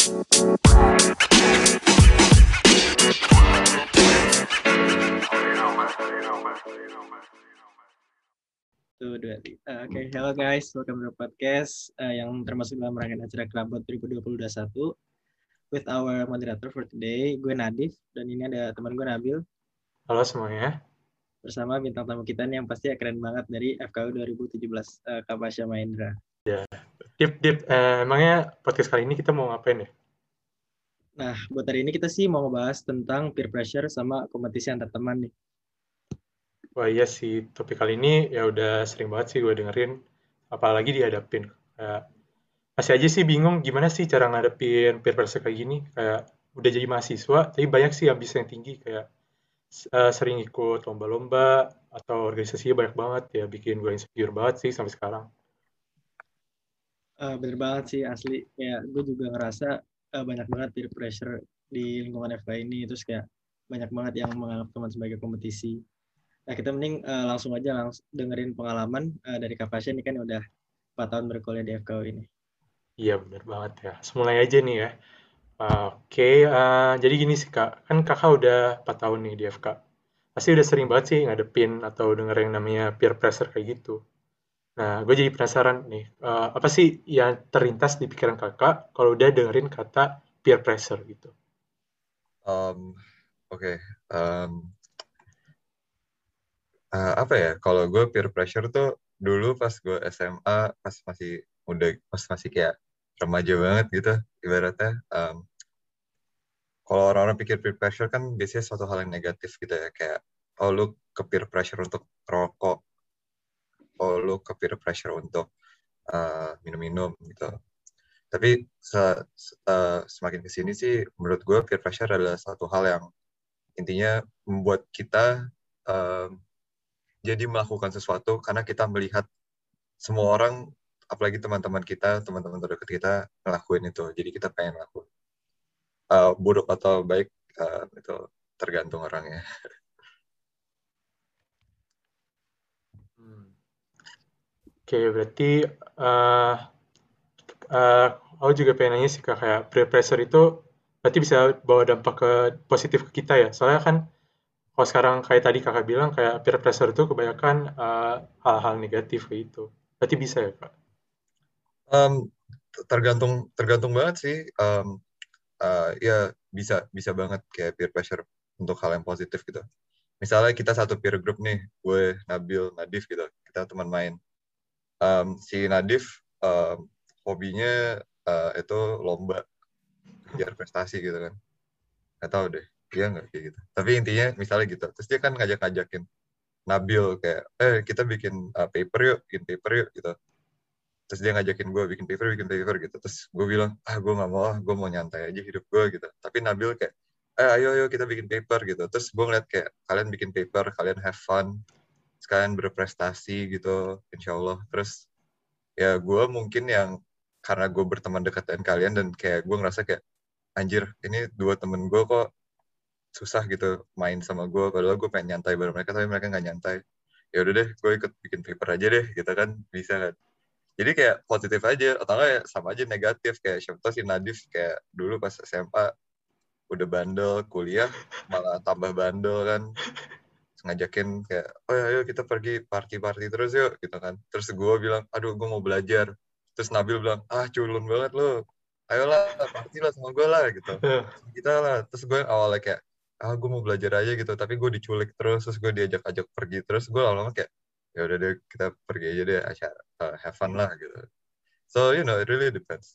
Tuh, Oke, hello guys, welcome to the podcast yang termasuk dalam rangkaian acara Clubbot 2021 with our moderator for today, gue Nadif, dan ini ada teman gue Nabil. Halo semuanya. Bersama bintang tamu kita nih yang pasti keren banget dari FKU 2017, Kak Pasha Mahendra. Ya, Dip, emangnya podcast kali ini kita mau ngapain ya? Nah, buat hari ini kita sih mau ngebahas tentang peer pressure sama kompetisi antar teman nih. Wah iya sih, topik kali ini ya udah sering banget sih gue dengerin, apalagi dihadapin. Kayak, masih aja sih bingung gimana sih cara ngadepin peer pressure kayak gini. Kayak udah jadi mahasiswa, tapi banyak sih ambisi yang tinggi. Kayak sering ikut lomba-lomba atau organisasinya banyak banget ya, bikin gue insecure banget sih sampai sekarang. Bener banget sih, asli. Kayak gue juga ngerasa banyak banget peer pressure di lingkungan FK ini. Terus kayak banyak banget yang menganggap teman sebagai kompetisi. Nah, kita mending langsung aja dengerin pengalaman dari Kak Pasha ini kan udah 4 tahun berkuliah di FKU ini. Iya bener banget ya. Semulai aja nih ya. Oke, jadi gini sih Kak, kan Kakak udah 4 tahun nih di FK. Pasti udah sering banget sih ngadepin atau denger yang namanya peer pressure kayak gitu. Nah, gue jadi penasaran nih, apa sih yang terlintas di pikiran Kakak kalau udah dengerin kata peer pressure gitu? Oke, apa ya? Kalau gue peer pressure tuh dulu pas gue SMA, pas masih kayak remaja banget gitu, ibaratnya. Kalau orang-orang pikir peer pressure kan biasanya suatu hal yang negatif gitu ya, kayak oh lu ke peer pressure untuk rokok, oh lu ke peer pressure untuk minum-minum gitu. Tapi semakin kesini sih, menurut gue peer pressure adalah satu hal yang intinya membuat kita jadi melakukan sesuatu karena kita melihat semua orang, apalagi teman-teman kita, teman-teman terdekat kita ngelakuin itu. Jadi kita pengen ngelakuin. Buruk atau baik itu tergantung orangnya. Oke, berarti uh, aku juga pengen nanya sih Kak, kayak peer pressure itu berarti bisa bawa dampak ke positif ke kita ya? Soalnya kan kalau sekarang kayak tadi Kakak bilang kayak peer pressure itu kebanyakan hal-hal negatif kayak gitu. Berarti bisa ya Kak? Um, tergantung banget sih. Ya bisa banget kayak peer pressure untuk hal yang positif gitu. Misalnya kita satu peer group nih, gue, Nabil, Nadif gitu, kita teman main. Si Nadif hobinya itu lomba biar prestasi gitu kan. Nggak tahu deh, dia nggak kayak gitu. Tapi intinya misalnya gitu. Terus dia kan ngajak-ngajakin Nabil kayak, kita bikin paper yuk gitu. Terus dia ngajakin gue bikin paper gitu. Terus gue bilang, gue nggak mau, gue mau nyantai aja hidup gue gitu. Tapi Nabil kayak, ayo kita bikin paper gitu. Terus gue ngeliat kayak, kalian bikin paper, kalian have fun, sekalian berprestasi gitu, insya Allah. Terus ya gue mungkin yang, karena gue berteman dekat dengan kalian, dan kayak gue ngerasa kayak, anjir, ini dua temen gue kok susah gitu main sama gue, padahal gue pengen nyantai bareng mereka, tapi mereka nggak nyantai. Ya udah deh, gue ikut bikin paper aja deh, gitu kan, bisa kan. Jadi kayak positif aja, atau enggak ya sama aja negatif, kayak siapa tau si Nadif kayak dulu pas SMA udah bandel, kuliah malah tambah bandel kan, terus ngajakin kayak, oh ya ayo kita pergi party terus yuk gitu kan. Terus gue bilang, aduh gue mau belajar. Terus Nabil bilang, culun banget lo, ayolah party lah sama gue lah gitu, sama kita lah. Terus gue awalnya kayak, gue mau belajar aja gitu, tapi gue diculik terus gue diajak-ajak pergi terus. Gue lama-lama kayak, ya udah deh kita pergi aja deh, acara have fun lah gitu. So it really depends.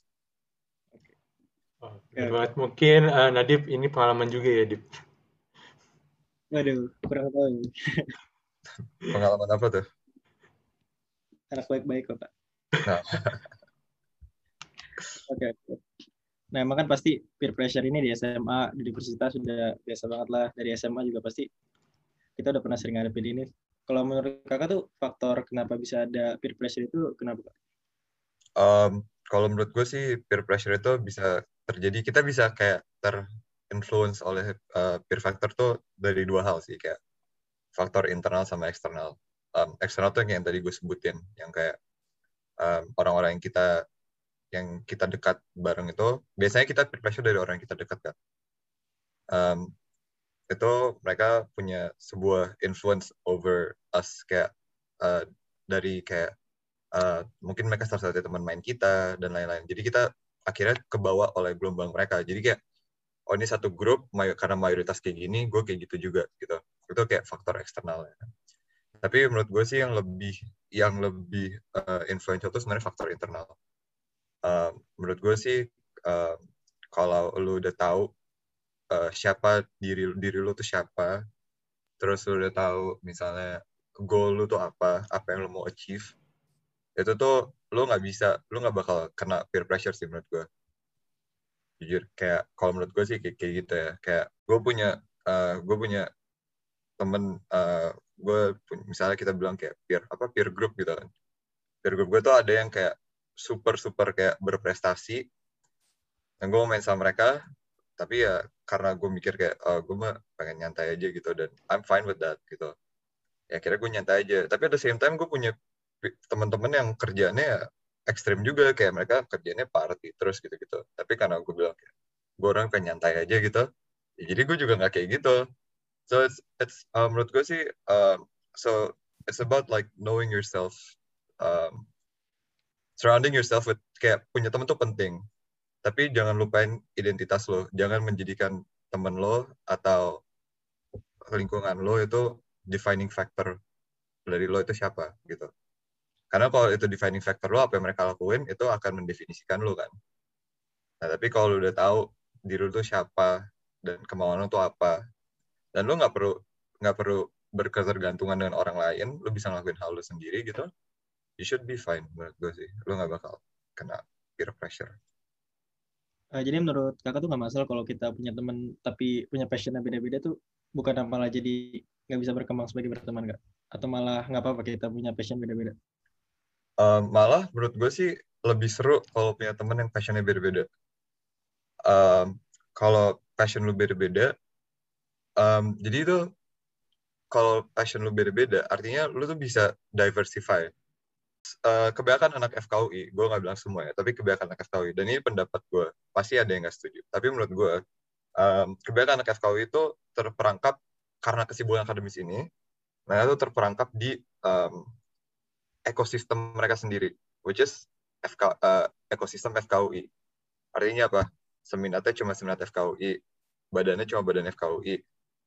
Oh, bener banget. Mungkin Nadib ini pengalaman juga ya, Dip. Waduh, kurang tahu. Pengalaman apa tuh? Anak baik-baik kok, Pak. Nah, Oke. Nah, emang kan pasti peer pressure ini di SMA, di universitas sudah biasa banget lah. Dari SMA juga pasti kita udah pernah sering ngadepin ini. Kalau menurut kakak tuh faktor kenapa bisa ada peer pressure itu kenapa, Kak? kalau menurut gue sih peer pressure itu bisa terjadi, kita bisa kayak terinfluence oleh peer factor tuh dari dua hal sih, kayak faktor internal sama eksternal. Eksternal tuh yang tadi gue sebutin, yang kayak orang-orang yang kita yang kita dekat bareng itu, biasanya kita peer pressure dari orang yang kita dekat kan. Itu mereka punya sebuah influence over us, kayak dari kayak mungkin mereka salah satu teman main kita dan lain-lain. Jadi kita akhirnya kebawa oleh gelombang mereka. Jadi kayak, oh ini satu grup karena mayoritas kayak gini, gue kayak gitu juga gitu. Itu kayak faktor eksternalnya. Tapi menurut gue sih yang lebih influential itu sebenarnya faktor internal. Menurut gue sih kalau lu udah tahu siapa diri lu tuh siapa, terus lu udah tahu misalnya goal lu tuh apa yang lu mau achieve, itu tuh lu nggak bakal kena peer pressure sih menurut gue. Jujur, kayak kalau menurut gue sih kayak gitu ya. Kayak gue punya temen, misalnya kita bilang kayak peer group gitu kan. Peer group gue tuh ada yang kayak super kayak berprestasi, dan gue main sama mereka, tapi ya karena gue mikir kayak gue mah pengen nyantai aja gitu, dan I'm fine with that gitu. Ya akhirnya gue nyantai aja. Tapi at the same time gue punya teman-teman yang kerjaannya ya ekstrim juga, kayak mereka kerjanya party terus gitu-gitu. Tapi karena gue bilang kayak, gue orang pengen nyantai aja gitu, ya jadi gue juga nggak kayak gitu. So menurut gue sih, so it's about like knowing yourself, surrounding yourself with, kayak punya teman tuh penting. Tapi jangan lupain identitas lo. Jangan menjadikan temen lo atau lingkungan lo itu defining factor dari lo itu siapa gitu. Karena kalau itu defining factor lo, apa yang mereka lakuin itu akan mendefinisikan lo kan. Nah, tapi kalau lo udah tahu diri lo tuh siapa dan kemauan lo tuh apa, dan lo nggak perlu berketergantungan dengan orang lain, lo bisa ngelakuin hal lo sendiri gitu, you should be fine menurut gue sih. Lo nggak bakal kena peer pressure. Jadi menurut kakak tuh nggak masalah kalau kita punya teman tapi punya passionnya beda-beda tuh, bukan malah jadi nggak bisa berkembang sebagai berteman, kak? Atau malah nggak apa-apa kita punya passion beda-beda? Malah menurut gue sih lebih seru kalau punya teman yang passionnya beda-beda. Kalau passion lu beda-beda, jadi itu kalau passion lu beda-beda, artinya lu tuh bisa diversify. Kebanyakan anak FKUI, gue nggak bilang semua ya, tapi kebanyakan anak FKUI, dan ini pendapat gue, pasti ada yang nggak setuju. Tapi menurut gue, kebanyakan anak FKUI itu terperangkap karena kesibukan akademis ini, mereka tuh terperangkap di ekosistem mereka sendiri, which is ekosistem FKUI. Artinya apa? Seminatnya cuma seminat FKUI, badannya cuma badan FKUI,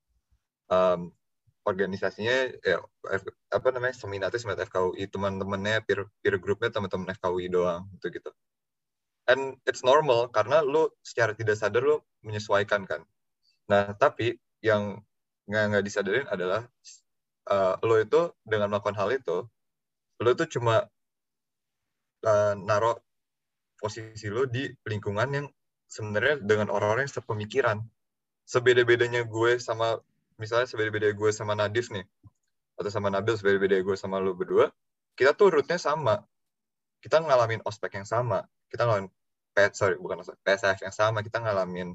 organisasinya ya apa namanya, seminatnya seminat FKUI, teman-temannya peer groupnya teman-teman FKUI doang gitu. And it's normal karena lu secara tidak sadar lu menyesuaikan kan. Nah tapi yang nggak disadarin adalah lo itu dengan melakukan hal itu, lo tuh cuma naruh posisi lo di lingkungan yang sebenarnya dengan orang-orang yang sepemikiran. Sebeda-bedanya gue sama, misalnya sebeda-bedanya gue sama Nadif nih, atau sama Nabil, sebeda-bedanya gue sama lo berdua, kita tuh rootnya sama. Kita ngalamin ospek yang sama, kita ngalamin PSF yang sama, kita ngalamin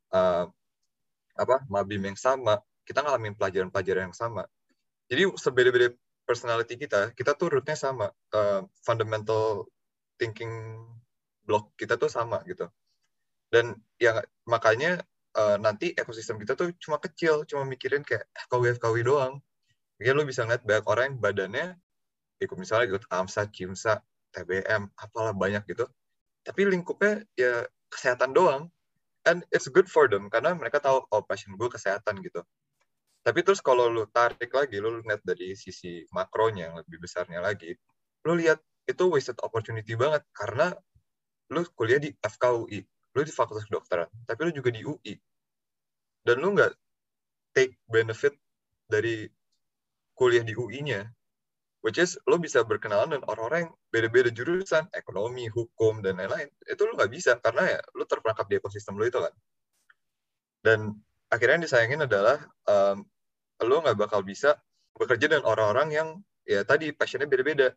mabim yang sama, kita ngalamin pelajaran-pelajaran yang sama. Jadi sebeda-beda personality kita tuh rootnya sama, fundamental thinking block kita tuh sama gitu. Dan ya makanya nanti ekosistem kita tuh cuma kecil, cuma mikirin kayak FKW doang. Mungkin lu bisa ngeliat banyak orang yang badannya misalnya ikut AMSA, CIMSA, TBM, apalah banyak gitu. Tapi lingkupnya ya kesehatan doang. And it's good for them, karena mereka tahu, oh passion gue kesehatan gitu. Tapi terus kalau lu tarik lagi, lu lihat dari sisi makronya yang lebih besarnya lagi, lu lihat itu wasted opportunity banget, karena lu kuliah di FKUI, lu di Fakultas Kedokteran, tapi lu juga di UI. Dan lu nggak take benefit dari kuliah di UI-nya, which is lu bisa berkenalan dengan orang-orang yang beda-beda jurusan, ekonomi, hukum, dan lain-lain. Itu lu nggak bisa, karena ya lu terperangkap di ekosistem lu itu kan. Dan akhirnya yang disayangin adalah lu nggak bakal bisa bekerja dengan orang-orang yang ya tadi passionnya beda-beda.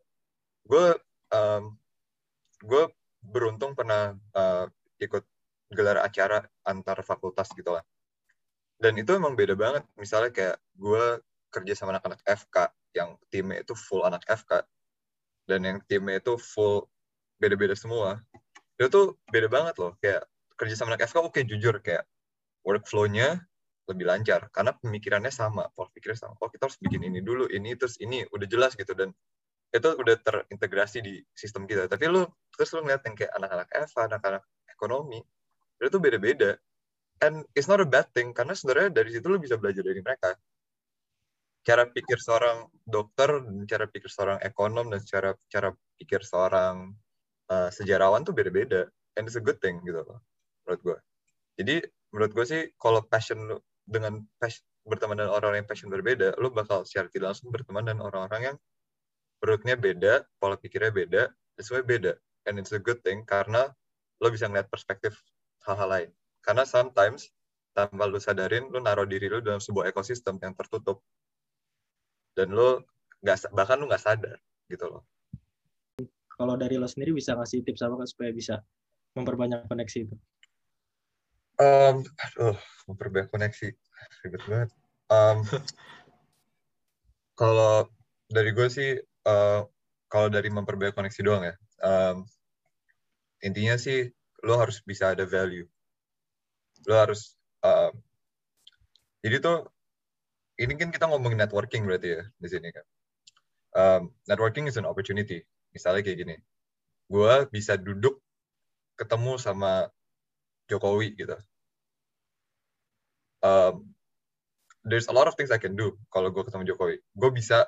Gue beruntung pernah ikut gelar acara antar fakultas gitu lah. Dan itu emang beda banget. Misalnya kayak gue kerja sama anak-anak FK yang timnya itu full anak FK, dan yang timnya itu full beda-beda semua. Itu tuh beda banget loh. Kayak kerja sama anak FK oke jujur kayak workflow-nya lebih lancar karena pemikirannya sama, pola pikirnya sama. Oh kita harus bikin ini dulu, ini terus ini udah jelas gitu dan itu udah terintegrasi di sistem kita. Tapi lu ngeliat yang kayak anak-anak FK, anak-anak ekonomi, itu tuh beda-beda. And it's not a bad thing karena sebenarnya dari situ lu bisa belajar dari mereka. Cara pikir seorang dokter, dan cara pikir seorang ekonom dan cara pikir seorang sejarawan tuh beda-beda. And it's a good thing gitu loh menurut gue. Jadi menurut gue sih kalau passion lu berteman dengan orang-orang yang passion berbeda, lu bakal secara tidak langsung berteman dengan orang-orang yang menurutnya beda, pola pikirnya beda, sesuai beda. And it's a good thing karena lo bisa ngeliat perspektif hal-hal lain. Karena sometimes tanpa lu sadarin, lu naruh diri lu dalam sebuah ekosistem yang tertutup dan lu bahkan lu nggak sadar gitu loh. Kalau dari lo sendiri bisa ngasih tips apa supaya bisa memperbanyak koneksi itu? Memperbanyak koneksi ribet banget. Kalau dari gue sih, kalau dari memperbanyak koneksi doang ya, intinya sih lo harus bisa ada value. Lo harus, jadi tuh ini kan kita ngomongin networking berarti ya di sini kan. Networking is an opportunity. Misalnya kayak gini, gue bisa duduk ketemu sama Jokowi gitu. There's a lot of things I can do kalau gue ketemu Jokowi. Gue bisa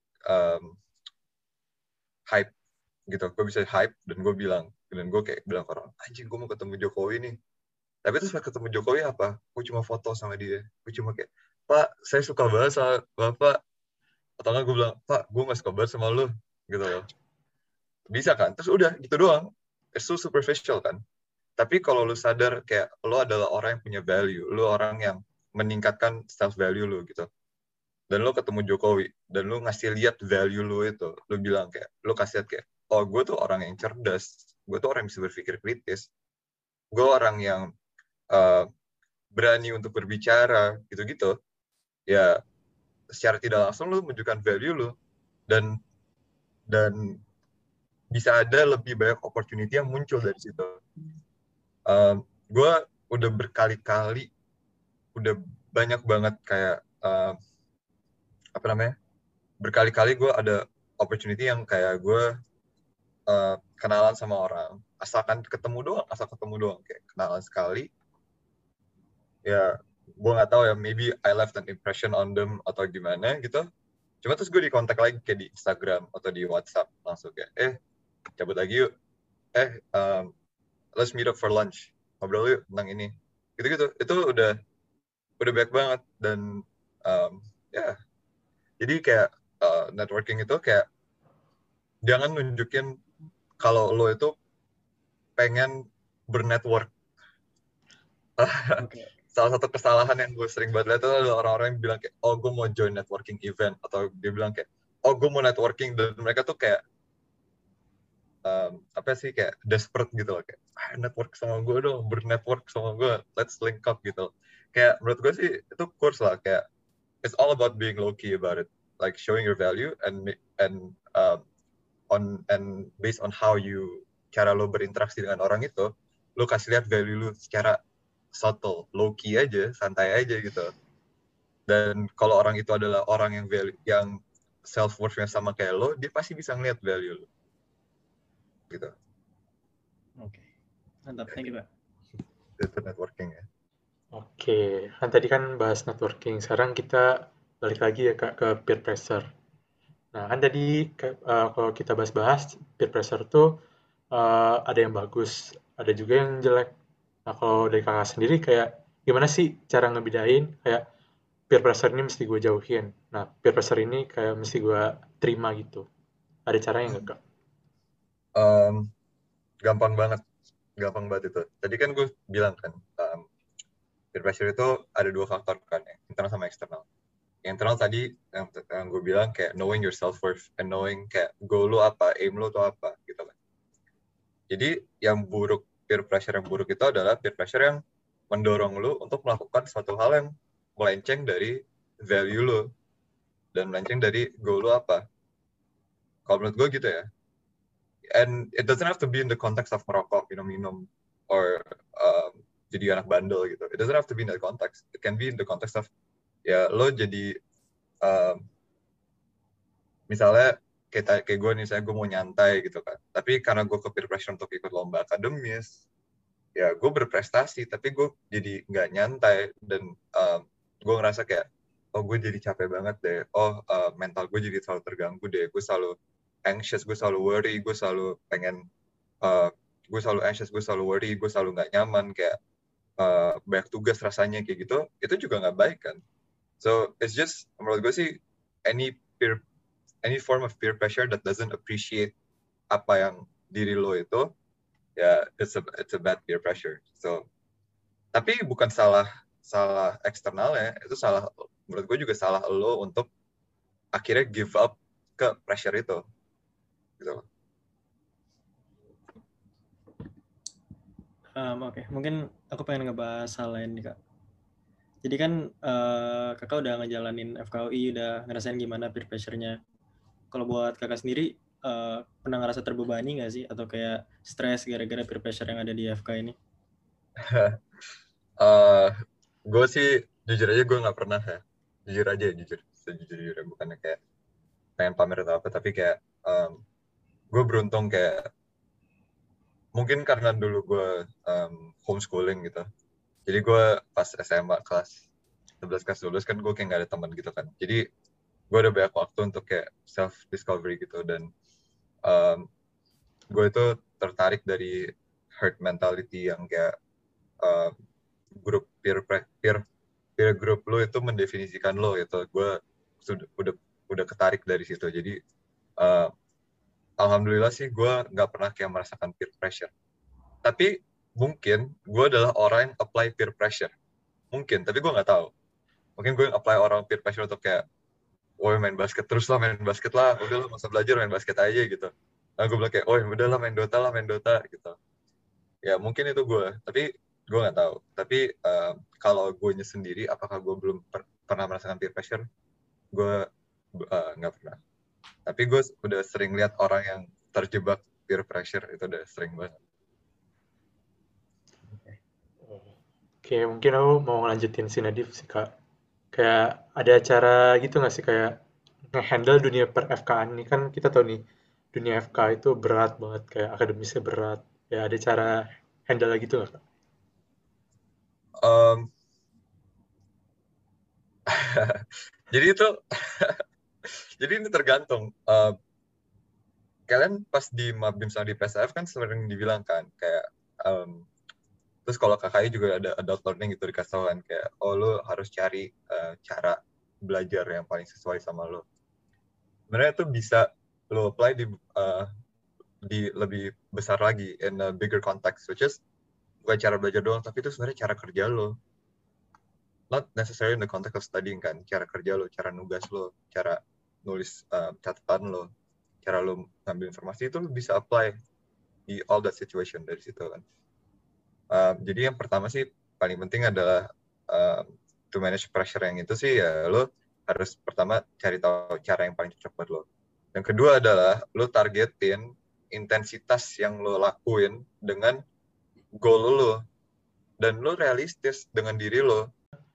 hype gitu. Gue bisa hype dan gue bilang ke orang, anjing gue mau ketemu Jokowi nih. Tapi terus pas ketemu Jokowi apa? Gue cuma foto sama dia. Gue cuma kayak, Pak, saya suka banget sama Bapak. Atau enggak gue bilang, Pak, gue gak suka banget sama lu. Gitu loh. Bisa kan? Terus udah, gitu doang. It's so superficial kan? Tapi kalau lu sadar kayak lu adalah orang yang punya value, lu orang yang meningkatkan self-value lu gitu. Dan lu ketemu Jokowi, dan lu ngasih lihat value lu itu. Lu bilang kayak, lu kasih lihat kayak, oh gue tuh orang yang cerdas. Gue tuh orang yang bisa berpikir kritis. Gue orang yang berani untuk berbicara gitu-gitu, ya secara tidak langsung lu menunjukkan value lu dan bisa ada lebih banyak opportunity yang muncul dari situ. Gue udah berkali-kali, udah banyak banget kayak berkali-kali gue ada opportunity yang kayak gue kenalan sama orang, asal ketemu doang, kayak kenalan sekali, ya gue nggak tahu ya, maybe I left an impression on them atau gimana gitu. Cuma terus gue di kontak lagi kayak di Instagram atau di WhatsApp langsung kayak, cabut lagi yuk, let's meet up for lunch, ngobrol yuk tentang ini, gitu-gitu. Itu udah baik banget dan ya, jadi kayak networking itu kayak jangan nunjukin kalau lo itu pengen bernetwork. Okay. Salah satu kesalahan yang gue sering banget lihat itu adalah orang-orang yang bilang kayak, oh gue mau join networking event, atau dia bilang kayak, oh gue mau networking, dan mereka tuh kayak kayak desperate gitu loh, kayak network sama gue dong, bernetwork sama gue, let's link up gitu. Kayak menurut gue sih itu course lah, kayak it's all about being low key about it, like showing your value and based on how you cara lo berinteraksi dengan orang itu, lo kasih lihat value lo secara subtle, low key aja, santai aja gitu. Dan kalau orang itu adalah orang yang self worth-nya sama kayak lo, dia pasti bisa ngeliat value lo. Gitu. Oke. Mantap, thank you, Pak. Itu networking ya. Oke, kan tadi kan bahas networking. Sekarang kita balik lagi ya Kak ke peer pressure. Nah, kan tadi kalau kita bahas-bahas peer pressure tuh ada yang bagus, ada juga yang jelek. Nah, kalau dari Kakak sendiri kayak gimana sih cara ngebedain kayak peer pressure ini mesti gue jauhin. Nah, peer pressure ini kayak mesti gue terima gitu. Ada caranya nggak Kak? Gampang banget itu. Tadi kan gue bilang kan, peer pressure itu ada dua faktor kan, internal sama eksternal. Yang internal tadi yang gue bilang kayak knowing your self worth and knowing kayak goal lu apa, aim lu tuh apa gitu kan. Jadi yang buruk, peer pressure yang buruk itu adalah peer pressure yang mendorong lu untuk melakukan suatu hal yang melenceng dari value lu dan melenceng dari goal lu apa. Kalau menurut gue gitu ya. and it doesn't have to be in the context of merokok, minum or jadi anak bandel gitu. It doesn't have to be in that context. It can be in the context of ya lo jadi misalnya kayak gue nih, saya gue mau nyantai gitu kan, tapi karena gue ke peer pressure untuk ikut lomba akademis, ya gue berprestasi tapi gue jadi nggak nyantai, dan gue ngerasa kayak oh gue jadi capek banget deh, mental gue jadi selalu terganggu deh, gue selalu anxious, gue selalu worry, gue selalu pengen gue selalu anxious, gue selalu worry, gue selalu nggak nyaman, kayak banyak tugas rasanya kayak gitu, itu juga nggak baik kan. So it's just, menurut gue sih, any form of peer pressure that doesn't appreciate apa yang diri lo itu, ya it's a bad peer pressure. So tapi bukan salah eksternalnya, itu salah, menurut gue juga salah lo untuk akhirnya give up ke pressure itu gitu. Oke, mungkin aku pengen ngebahas hal lain nih Kak. Jadi kan kakak udah ngejalanin FKUI, udah ngerasain gimana peer pressure-nya. Kalau buat kakak sendiri, pernah ngerasa terbebani nggak sih? Atau kayak stres gara-gara peer pressure yang ada di FK ini? Gue sih jujur aja gue nggak pernah ya. Jujur sejujurnya, bukannya kayak pengen pamer atau apa, tapi kayak gue beruntung, kayak mungkin karena dulu gue homeschooling gitu. Jadi gue pas SMA kelas 11 kelas 12 kan gue kayak gak ada teman gitu kan. Jadi gue ada banyak waktu untuk kayak self discovery gitu, dan gue itu tertarik dari herd mentality yang kayak grup peer group lo itu mendefinisikan lo gitu. Gue udah ketarik dari situ. Jadi alhamdulillah sih gue nggak pernah kayak merasakan peer pressure. Tapi mungkin gue adalah orang yang apply peer pressure. Mungkin, tapi gue nggak tahu. Mungkin gue yang apply orang peer pressure untuk kayak, woi main basket terus lah, udah lah masa belajar main basket aja gitu. Nah gue bilang kayak, udah lah main Dota gitu. Ya mungkin itu gue, tapi gue nggak tahu. Tapi kalau gue sendiri, apakah gue belum pernah merasakan peer pressure? Gue nggak pernah. Tapi gue udah sering lihat orang yang terjebak peer pressure, itu udah sering banget. Oke, mungkin aku mau ngelanjutin si Nadif sih Kak. Kayak ada cara gitu nggak sih kayak nge-handle dunia per FK-an ini, kan kita tahu nih dunia FK itu berat banget, kayak akademisnya berat. Ya ada cara handle gitu nggak Kak? Jadi itu jadi ini tergantung. Kalian pas di Mabim sama di PSF kan sering dibilang kan kayak terus kalau kakaknya juga ada adult learning gitu, dikasih tau kan kayak lo harus cari cara belajar yang paling sesuai sama lo. Sebenarnya itu bisa lo apply di lebih besar lagi, in a bigger context, which is bukan cara belajar doang, tapi itu sebenarnya cara kerja lo. Not necessarily in the context of studying kan, cara kerja lo, cara nugas lo, cara nulis catatan lo, cara lo ngambil informasi, itu lo bisa apply di all that situation dari situ kan. Jadi yang pertama sih paling penting adalah to manage pressure yang itu sih, ya lo harus pertama cari tahu cara yang paling cocok buat lo. Yang kedua adalah lo targetin intensitas yang lo lakuin dengan goal lo, dan lo realistis dengan diri lo.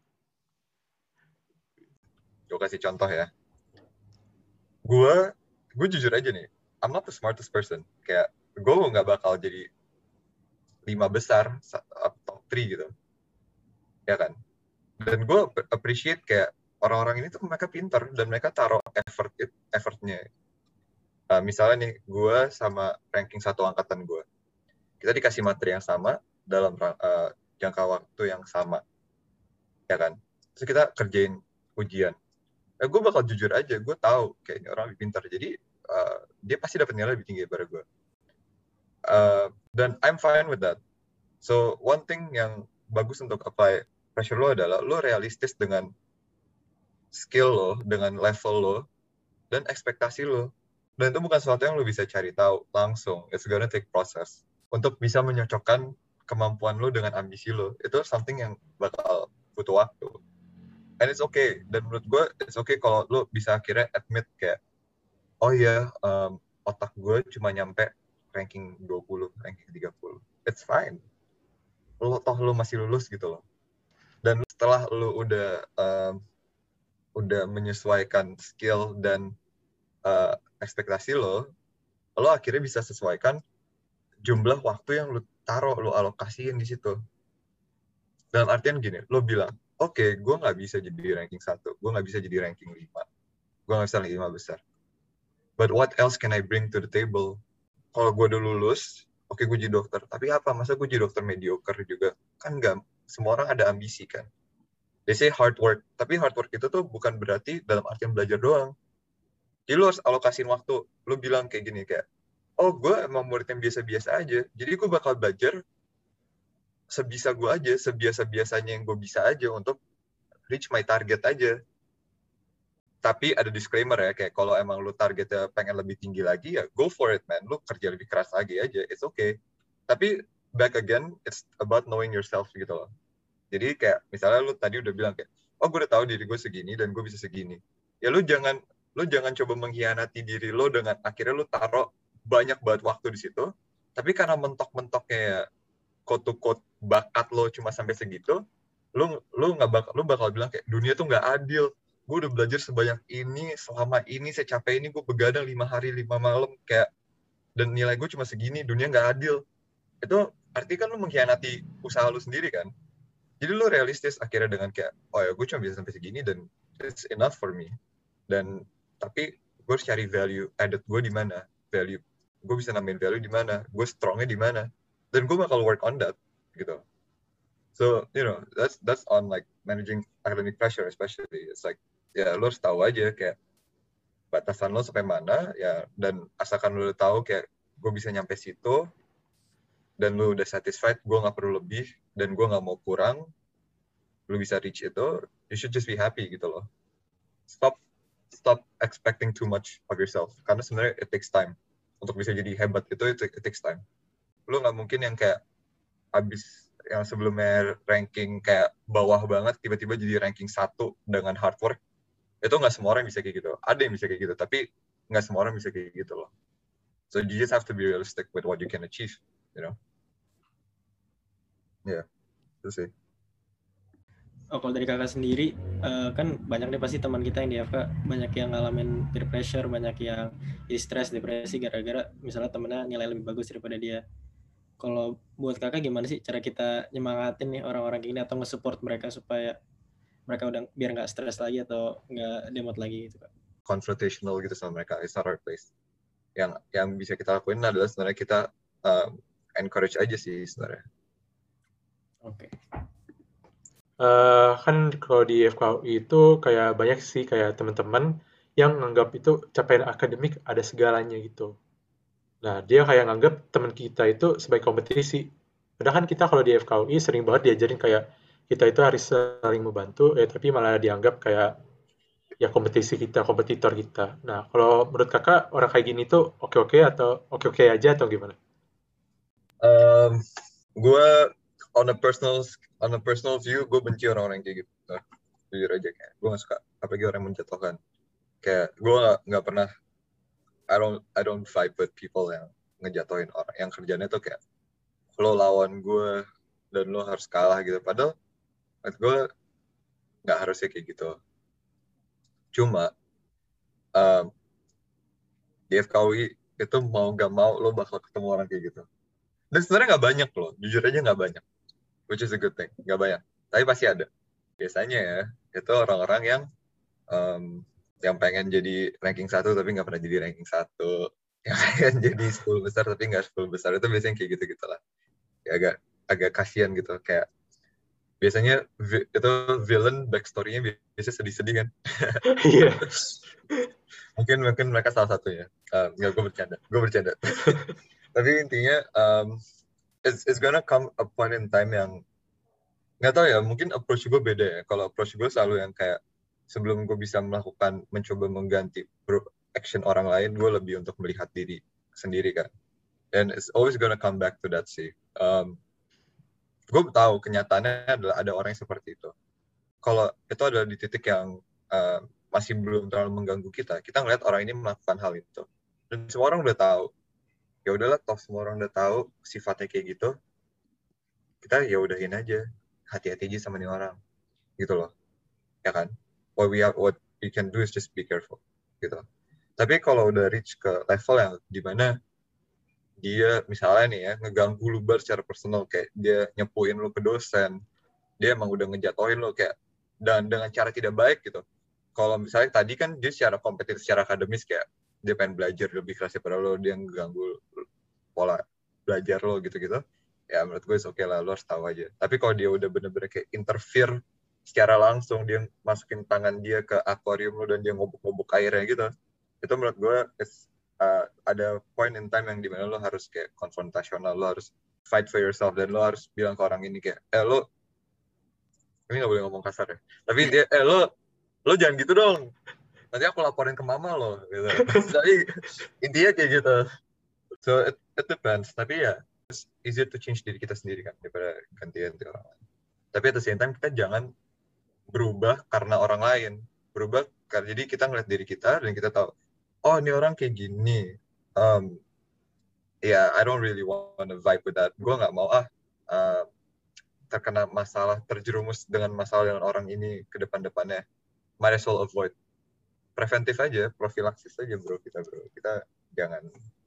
Gue kasih contoh ya. Gue jujur aja nih, I'm not the smartest person. Kayak gue nggak bakal jadi 5 besar top 3 gitu, ya kan? Dan gue appreciate kayak orang-orang ini tuh mereka pintar dan mereka taruh effortnya. Misalnya nih, gue sama ranking 1 angkatan gue, kita dikasih materi yang sama dalam jangka waktu yang sama, ya kan? Terus kita kerjain ujian. Gue bakal jujur aja, gue tahu kayak ini orang lebih pintar, jadi dia pasti dapat nilai lebih tinggi daripada gue. Dan I'm fine with that. So one thing yang bagus untuk apply pressure lo adalah lo realistis dengan skill lo, dengan level lo, dan ekspektasi lo. Dan itu bukan sesuatu yang lo bisa cari tahu langsung. It's gonna take process. Untuk bisa menyocokkan kemampuan lo dengan ambisi lo, itu something yang bakal butuh waktu. And it's okay. Dan menurut gue, it's okay kalau lo bisa akhirnya admit kayak, oh iya, otak gue cuma nyampe ranking 20, ranking 30. It's fine. Lo masih lulus gitu loh. Dan setelah lo udah menyesuaikan skill dan ekspektasi lo akhirnya bisa sesuaikan jumlah waktu yang lo taruh, lo alokasiin di situ. Dalam artian gini, lo bilang, oke, gue nggak bisa jadi ranking 1, gue nggak bisa jadi ranking 5, gue nggak bisa ranking 5 besar. But what else can I bring to the table? Kalau gue udah lulus, oke, gue jadi dokter. Tapi apa? Masa gue jadi dokter mediocre juga? Kan nggak, semua orang ada ambisi kan. They say hard work, tapi hard work itu tuh bukan berarti dalam artian belajar doang. Jadi lo harus alokasin waktu. Lo bilang kayak gini, kayak, oh gue emang murid yang biasa-biasa aja, jadi gue bakal belajar sebisa gue aja, sebiasa-biasanya yang gue bisa aja untuk reach my target aja. Tapi ada disclaimer ya, kayak kalau emang lu targetnya pengen lebih tinggi lagi, ya go for it, man. Lu kerja lebih keras lagi aja, it's okay. Tapi back again, it's about knowing yourself gitu loh. Jadi kayak misalnya lu tadi udah bilang kayak, oh gue udah tahu diri gue segini dan gue bisa segini. Ya lu jangan coba mengkhianati diri lo dengan akhirnya lu taruh banyak banget waktu di situ. Tapi karena mentok-mentoknya quote to quote bakat lo cuma sampai segitu, lu bakal bilang kayak dunia tuh nggak adil. Gue udah belajar sebanyak ini, selama ini saya capek ini, gue begadang 5 hari 5 malam kayak, dan nilai gue cuma segini, dunia nggak adil. Itu artinya kan lu mengkhianati usaha lu sendiri kan. Jadi lu realistis akhirnya dengan kayak, oh ya gue cuma bisa sampai segini dan it's enough for me. Dan tapi gue harus cari value added gue di mana, value gue bisa nambahin value di mana, gue strongnya di mana, dan gue bakal work on that gitu. So you know that's on like managing academic pressure especially. It's like ya lo harus tahu aja kayak batasan lo sampai mana ya, dan asalkan lo udah tahu kayak gue bisa nyampe situ dan lo udah satisfied, gue nggak perlu lebih dan gue nggak mau kurang, lo bisa reach itu, you should just be happy gitu loh. Stop expecting too much of yourself, karena sebenarnya it takes time untuk bisa jadi hebat itu, it takes time. Lo nggak mungkin yang kayak abis yang sebelumnya ranking kayak bawah banget tiba-tiba jadi ranking 1 dengan hard work. Itu nggak semua orang bisa kayak gitu. Ada yang bisa kayak gitu, tapi nggak semua orang bisa kayak gitu loh. So you just have to be realistic with what you can achieve, you know. Ya, yeah, itu sih. Oh, kalau dari kakak sendiri, kan banyak nih pasti teman kita yang di FK, banyak yang ngalamin peer pressure, banyak yang jadi stres, depresi gara-gara misalnya temennya nilai lebih bagus daripada dia. Kalau buat kakak gimana sih cara kita nyemangatin nih orang-orang gini atau nge-support mereka supaya mereka udah biar nggak stres lagi atau nggak demot lagi gitu Kak? Confrontational gitu sama mereka, it's not our place. Yang bisa kita lakuin adalah sebenarnya kita encourage aja sih sebenarnya. Oke. Kan kalau di FKUI itu kayak banyak sih kayak teman-teman yang nganggap itu capaian akademik ada segalanya gitu. Nah, dia kayak nganggap teman kita itu sebagai kompetisi. Padahal kan kita kalau di FKUI sering banget diajarin kayak kita itu harus saling membantu, tapi malah dianggap kayak ya kompetisi kita, kompetitor kita. Nah, kalau menurut kakak orang kayak gini tuh oke-oke atau oke-oke aja atau gimana? Gue on a personal view, gue benci orang-orang kayak gitu. Jujur aja kayak gue nggak suka, apalagi orang yang menjatuhkan. Kayak gue nggak pernah, I don't vibe with people yang ngejatuhin orang, yang kerjanya tuh kayak lo lawan gue dan lo harus kalah gitu. Padahal gue nggak harusnya kayak gitu. Cuma di FKUI itu mau nggak mau lo bakal ketemu orang kayak gitu. Dan sebenarnya nggak banyak loh, jujur aja nggak banyak, which is a good thing, nggak banyak. Tapi pasti ada. Biasanya ya itu orang-orang yang pengen jadi ranking 1 tapi nggak pernah jadi ranking 1, yang pengen jadi 10 besar tapi nggak 10 besar, itu biasanya kayak gitu lah. Ya, agak kasihan gitu, kayak biasanya itu villain backstory-nya biasanya sedih-sedih kan. Iya. mungkin mereka salah satunya. Nggak, gue bercanda. Tapi intinya it's gonna come a point in time yang nggak tahu ya, mungkin approach gue beda ya. Kalau approach gue selalu yang kayak sebelum gue bisa mencoba mengganti action orang lain, gue lebih untuk melihat diri sendiri kan. And it's always gonna come back to that sih. Gue tahu kenyataannya adalah ada orang yang seperti itu. Kalau itu adalah di titik yang masih belum terlalu mengganggu kita ngeliat orang ini melakukan hal itu. Dan semua orang udah tahu. ya udahlah, toh semua orang udah tahu sifatnya kayak gitu, kita ya udahin aja, hati-hati aja sama nih orang gitu loh, ya kan. What we can do is just be careful gitu. Tapi kalau udah reach ke level yang dimana dia misalnya nih ya ngeganggu lu secara personal, kayak dia nyepuin lu ke dosen, dia emang udah ngejatoin lu kayak, dan dengan cara tidak baik gitu. Kalau misalnya tadi kan dia secara kompetitif, secara akademis kayak dia pengen belajar lebih keras daripada lo, dia ngeganggu pola belajar lo gitu-gitu, ya menurut gue oke lah, lo harus tahu aja. Tapi kalau dia udah bener-bener kayak interfere secara langsung, dia masukin tangan dia ke akuarium lo dan dia ngobok-ngobok airnya gitu, itu menurut gue ada point in time yang dimana lo harus kayak konfrontasional, lo harus fight for yourself, dan lo harus bilang ke orang ini kayak, lo, ini nggak boleh ngomong kasar ya, tapi dia, lo jangan gitu dong, nanti aku laporin ke mama lo gitu. Tapi intinya kayak gitu. So it depends. Tapi ya it's easier to change diri kita sendiri kan daripada ganti-ganti orang lain. Tapi at the same time kita jangan berubah karena orang lain. Berubah karena jadi kita ngeliat diri kita dan kita tahu, oh ini orang kayak gini. Yeah, I don't really want to vibe with that. Gue nggak mau terkena masalah, terjerumus dengan masalah dengan orang ini ke depan-depannya. Might as well avoid. Preventif aja, profilaksis aja bro. Kita jangan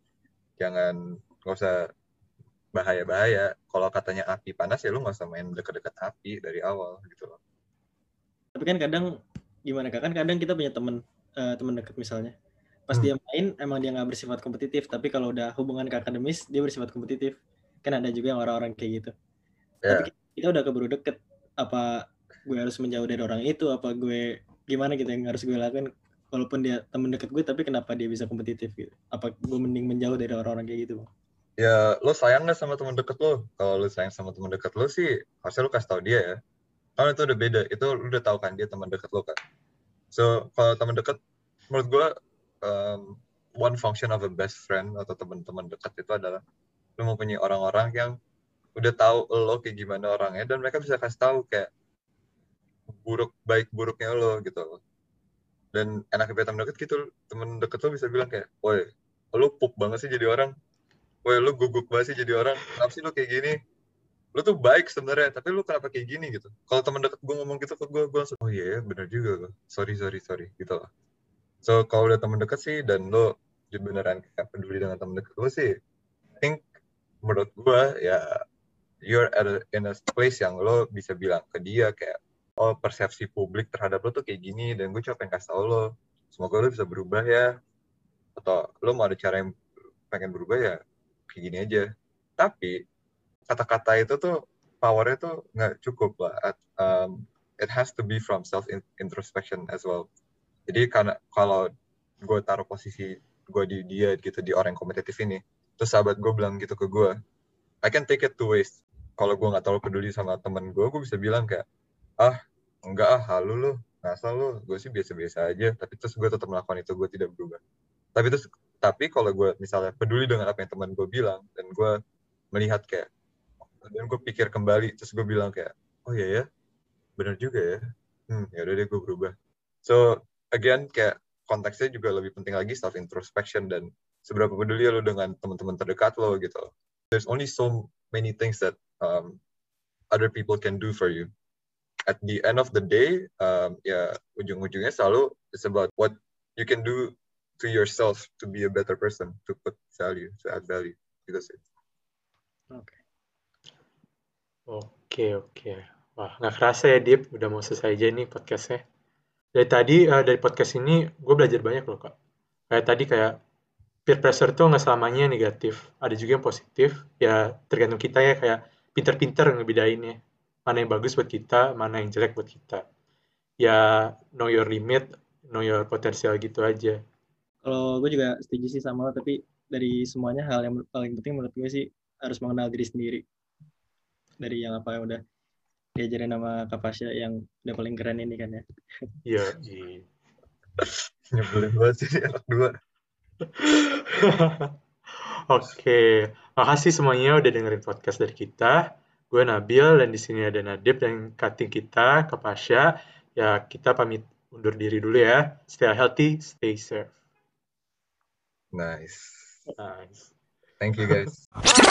nggak usah bahaya-bahaya. Kalau katanya api panas ya lu nggak usah main deket-deket api dari awal gitu loh. Tapi kan kadang gimana Kak? Kan kadang kita punya teman dekat misalnya. Pas dia main emang dia nggak bersifat kompetitif, tapi kalau udah hubungan ke akademis dia bersifat kompetitif. Kan ada juga yang orang-orang kayak gitu. Tapi kita udah keburu deket. Apa gue harus menjauh dari orang itu? Apa gue gimana gitu yang harus gue lakukan? Walaupun dia teman dekat gue, tapi kenapa dia bisa kompetitif gitu? Apa gue mending menjauh dari orang-orang kayak gitu? Ya lo sayang nggak sama teman deket lo? Kalau lo sayang sama teman deket lo sih harusnya lo kasih tahu dia ya. Karena itu udah beda. Itu lo udah tahu kan dia teman deket lo kan. So kalau teman deket, menurut gue one function of a best friend atau teman-teman dekat itu adalah lo mempunyai orang-orang yang udah tahu lo kayak gimana orangnya, dan mereka bisa kasih tahu kayak baik buruknya lo gitu. Dan enaknya teman deket gitu, teman deket lo bisa bilang kayak, woi lo pup banget sih jadi orang, woi lo guguk banget sih jadi orang, kenapa sih lo kayak gini, lo tuh baik sebenarnya tapi lo kenapa kayak gini gitu. Kalau teman deket gue ngomong gitu ke gue langsung, oh iya bener juga lo, sorry gitu lah. So kalau udah teman deket sih dan lo beneran kayak peduli dengan teman deket lo sih, I think menurut gue ya you're in a place yang lo bisa bilang ke dia kayak, oh persepsi publik terhadap lo tuh kayak gini dan gue cuma pengen kasih tau lo, semoga lo bisa berubah ya, atau lo mau ada cara yang pengen berubah ya kayak gini aja. Tapi kata-kata itu tuh powernya tuh nggak cukup lah. It has to be from self introspection as well. Jadi karena kalau gue taruh posisi gue di dia gitu, di orang yang kompetitif ini, terus sahabat gue bilang gitu ke gue, I can take it two ways. Kalau gue nggak terlalu peduli sama temen gue bisa bilang kayak, enggak halu lo, ngasal lo, gue sih biasa-biasa aja. Tapi terus gue tetap melakukan itu, gue tidak berubah. Tapi kalau gue misalnya peduli dengan apa yang teman gue bilang, dan gue melihat kayak, dan gue pikir kembali, terus gue bilang kayak, oh iya ya, benar juga ya, ya udah deh gue berubah. So again kayak konteksnya juga lebih penting lagi self introspection dan seberapa peduli lo dengan teman-teman terdekat lo gitu. There's only so many things that other people can do for you. At the end of the day, ya ujung-ujungnya selalu it's about what you can do to yourself to be a better person, to put value, to add value gitu sih. Oke. Wah, nggak kerasa ya, Dip. Udah mau selesai aja nih podcastnya. Dari tadi, dari podcast ini, gue belajar banyak loh, Kak. Kayak tadi, kayak peer pressure tuh nggak selamanya negatif. Ada juga yang positif. Ya, tergantung kita ya, kayak pinter-pinter ngebedainnya. Mana yang bagus buat kita, mana yang jelek buat kita. Ya, know your limit, know your potential gitu aja. Kalau gue juga setuju sih sama lo, tapi dari semuanya hal yang paling penting menurut gue sih harus mengenal diri sendiri. Dari yang apa yang udah diajarin sama Kak Pasha yang udah paling keren ini kan ya. Iya. Nyebelin banget sih anak dua. Oke, makasih semuanya udah dengerin podcast dari kita. Gue Nabil dan di sini ada Nadib dan cutting kita, Kak Pasha. Ya, kita pamit undur diri dulu ya. Stay healthy, stay safe. Nice. Thank you guys.